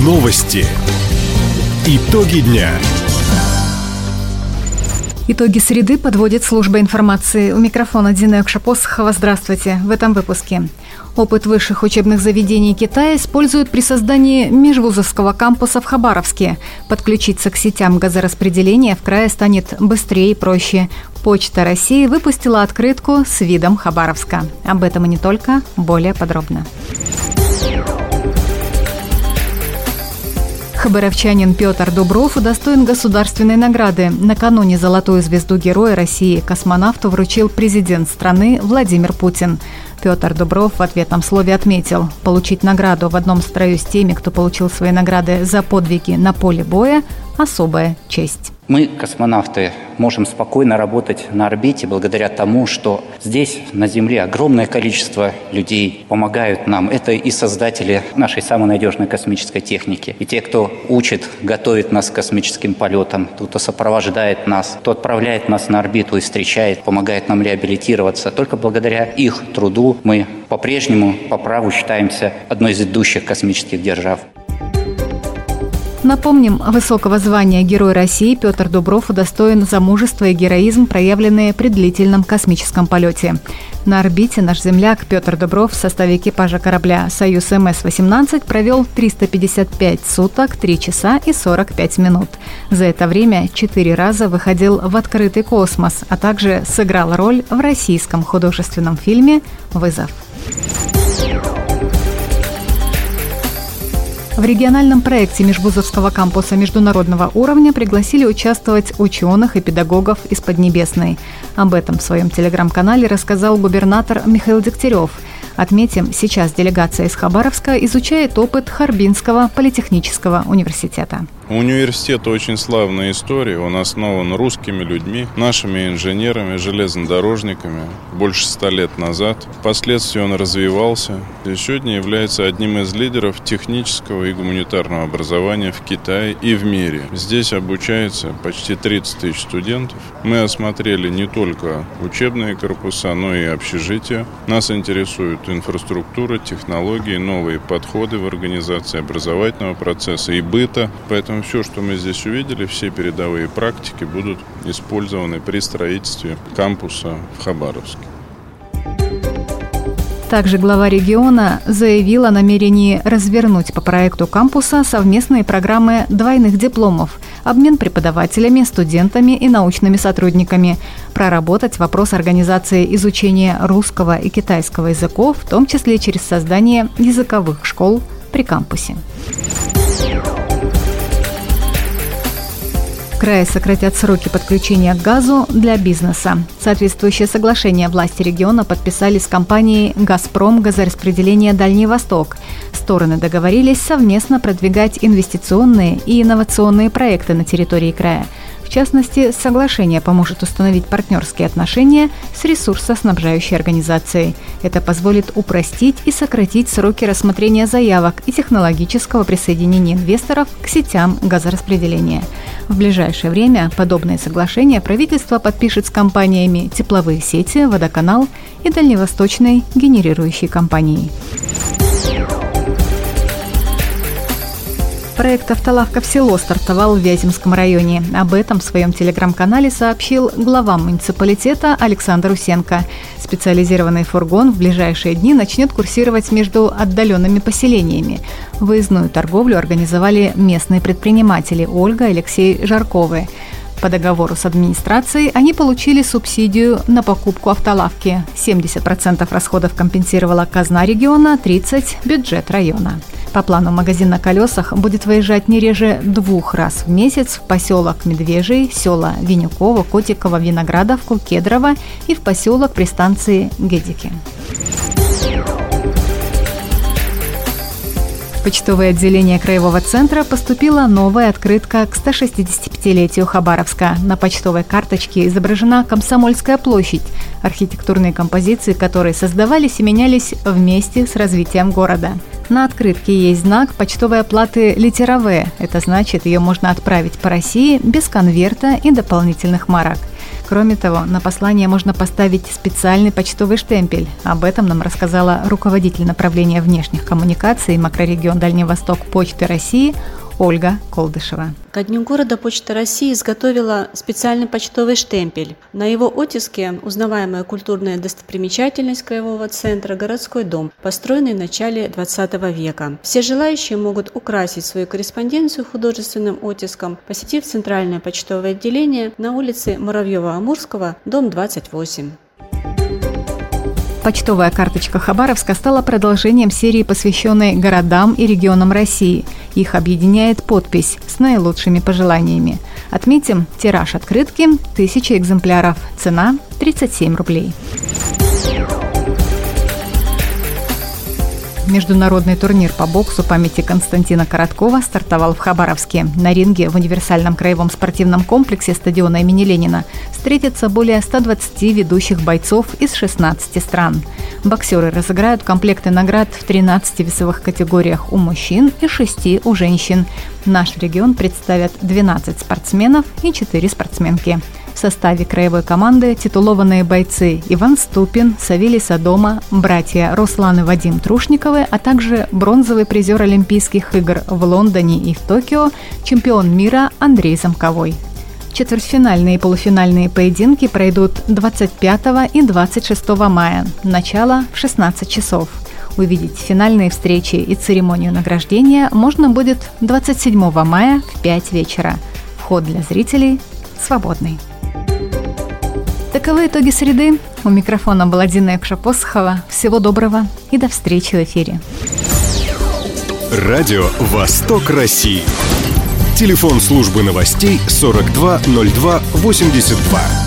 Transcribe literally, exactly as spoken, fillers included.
Новости. Итоги дня. Итоги среды подводит служба информации. У микрофона Дина Экшапосхова. Здравствуйте. В этом выпуске. Опыт высших учебных заведений Китая используют при создании межвузовского кампуса в Хабаровске. Подключиться к сетям газораспределения в крае станет быстрее и проще. Почта России выпустила открытку с видом Хабаровска. Об этом и не только, более подробно. Хабаровчанин Петр Дубров удостоен государственной награды. Накануне золотую звезду Героя России космонавту вручил президент страны Владимир Путин. Петр Дубров в ответном слове отметил, получить награду в одном строю с теми, кто получил свои награды за подвиги на поле боя – особая честь. Мы, космонавты, можем спокойно работать на орбите благодаря тому, что здесь, на Земле, огромное количество людей помогают нам. Это и создатели нашей самой надежной космической техники, и те, кто учит, готовит нас к космическим полетам, кто сопровождает нас, кто отправляет нас на орбиту и встречает, помогает нам реабилитироваться. Только благодаря их труду мы по-прежнему по праву считаемся одной из ведущих космических держав. Напомним, высокого звания Герой России Петр Дубров удостоен за мужество и героизм, проявленные при длительном космическом полете. На орбите наш земляк Петр Дубров в составе экипажа корабля «Союз эм эс восемнадцать» провел триста пятьдесят пять суток, три часа и сорок пять минут. За это время четыре раза выходил в открытый космос, а также сыграл роль в российском художественном фильме «Вызов». В региональном проекте межвузовского кампуса международного уровня пригласили участвовать ученых и педагогов из Поднебесной. Об этом в своем телеграм-канале рассказал губернатор Михаил Дегтярев. Отметим, сейчас делегация из Хабаровска изучает опыт Харбинского политехнического университета. У университета очень славная история. Он основан русскими людьми, нашими инженерами, железнодорожниками больше ста лет назад. Впоследствии он развивался и сегодня является одним из лидеров технического и гуманитарного образования в Китае и в мире. Здесь обучается почти тридцать тысяч студентов. Мы осмотрели не только учебные корпуса, но и общежития. Нас интересует инфраструктура, технологии, новые подходы в организации образовательного процесса и быта. Поэтому все, что мы здесь увидели, все передовые практики будут использованы при строительстве кампуса в Хабаровске. Также глава региона заявил о намерении развернуть по проекту кампуса совместные программы двойных дипломов, обмен преподавателями, студентами и научными сотрудниками, проработать вопрос организации изучения русского и китайского языков, в том числе через создание языковых школ при кампусе. В крае сократят сроки подключения к газу для бизнеса. Соответствующее соглашение власти региона подписали с компанией «Газпром» газораспределение «Дальний Восток». Стороны договорились совместно продвигать инвестиционные и инновационные проекты на территории края. В частности, соглашение поможет установить партнерские отношения с ресурсоснабжающей организацией. Это позволит упростить и сократить сроки рассмотрения заявок и технологического присоединения инвесторов к сетям газораспределения. В ближайшее время подобные соглашения правительство подпишет с компаниями «Тепловые сети», «Водоканал» и дальневосточной генерирующей компанией. Проект «Автолавка в село» стартовал в Вяземском районе. Об этом в своем телеграм-канале сообщил глава муниципалитета Александр Усенко. Специализированный фургон в ближайшие дни начнет курсировать между отдаленными поселениями. Выездную торговлю организовали местные предприниматели Ольга и Алексей Жарковы. По договору с администрацией они получили субсидию на покупку автолавки. семьдесят процентов расходов компенсировала казна региона, тридцать процентов – бюджет района. По плану магазин на колесах будет выезжать не реже двух раз в месяц в поселок Медвежий, села Винюково, Котиково, Виноградовку, Кедрово и в поселок при станции Гедики. В почтовое отделение Краевого центра поступила новая открытка к сто шестидесятипятилетию Хабаровска. На почтовой карточке изображена Комсомольская площадь, архитектурные композиции которой создавались и менялись вместе с развитием города. На открытке есть знак почтовой оплаты литера «В». Это значит, ее можно отправить по России без конверта и дополнительных марок. Кроме того, на послание можно поставить специальный почтовый штемпель. Об этом нам рассказала руководитель направления внешних коммуникаций макрорегион Дальний Восток Почты России Ольга Колдышева. Ко Дню города Почта России изготовила специальный почтовый штемпель. На его оттиске узнаваемая культурная достопримечательность краевого центра – городской дом, построенный в начале двадцатого века. Все желающие могут украсить свою корреспонденцию художественным оттиском, посетив центральное почтовое отделение на улице Муравьева-Амурского, дом двадцать восемь. Почтовая карточка Хабаровска стала продолжением серии, посвященной городам и регионам России. Их объединяет подпись с наилучшими пожеланиями. Отметим, тираж открытки – тысяча экземпляров, цена – тридцать семь рублей. Международный турнир по боксу памяти Константина Короткова стартовал в Хабаровске. На ринге в универсальном краевом спортивном комплексе стадиона имени Ленина встретятся более ста двадцати ведущих бойцов из шестнадцати стран. Боксеры разыграют комплекты наград в тринадцати весовых категориях у мужчин и шести у женщин. Наш регион представят двенадцать спортсменов и четыре спортсменки. В составе краевой команды титулованные бойцы Иван Ступин, Савелий Содома, братья Руслан и Вадим Трушниковы, а также бронзовый призер Олимпийских игр в Лондоне и в Токио, чемпион мира Андрей Замковой. Четвертьфинальные и полуфинальные поединки пройдут двадцать пятого и двадцать шестого мая. Начало в шестнадцать часов. Увидеть финальные встречи и церемонию награждения можно будет двадцать седьмого мая в пять вечера. Вход для зрителей свободный. Таковы итоги среды. У микрофона была Дина Якша-Посохова. Всего доброго и до встречи в эфире. Радио «Восток России». Телефон службы новостей сорок два ноль два восемьдесят два.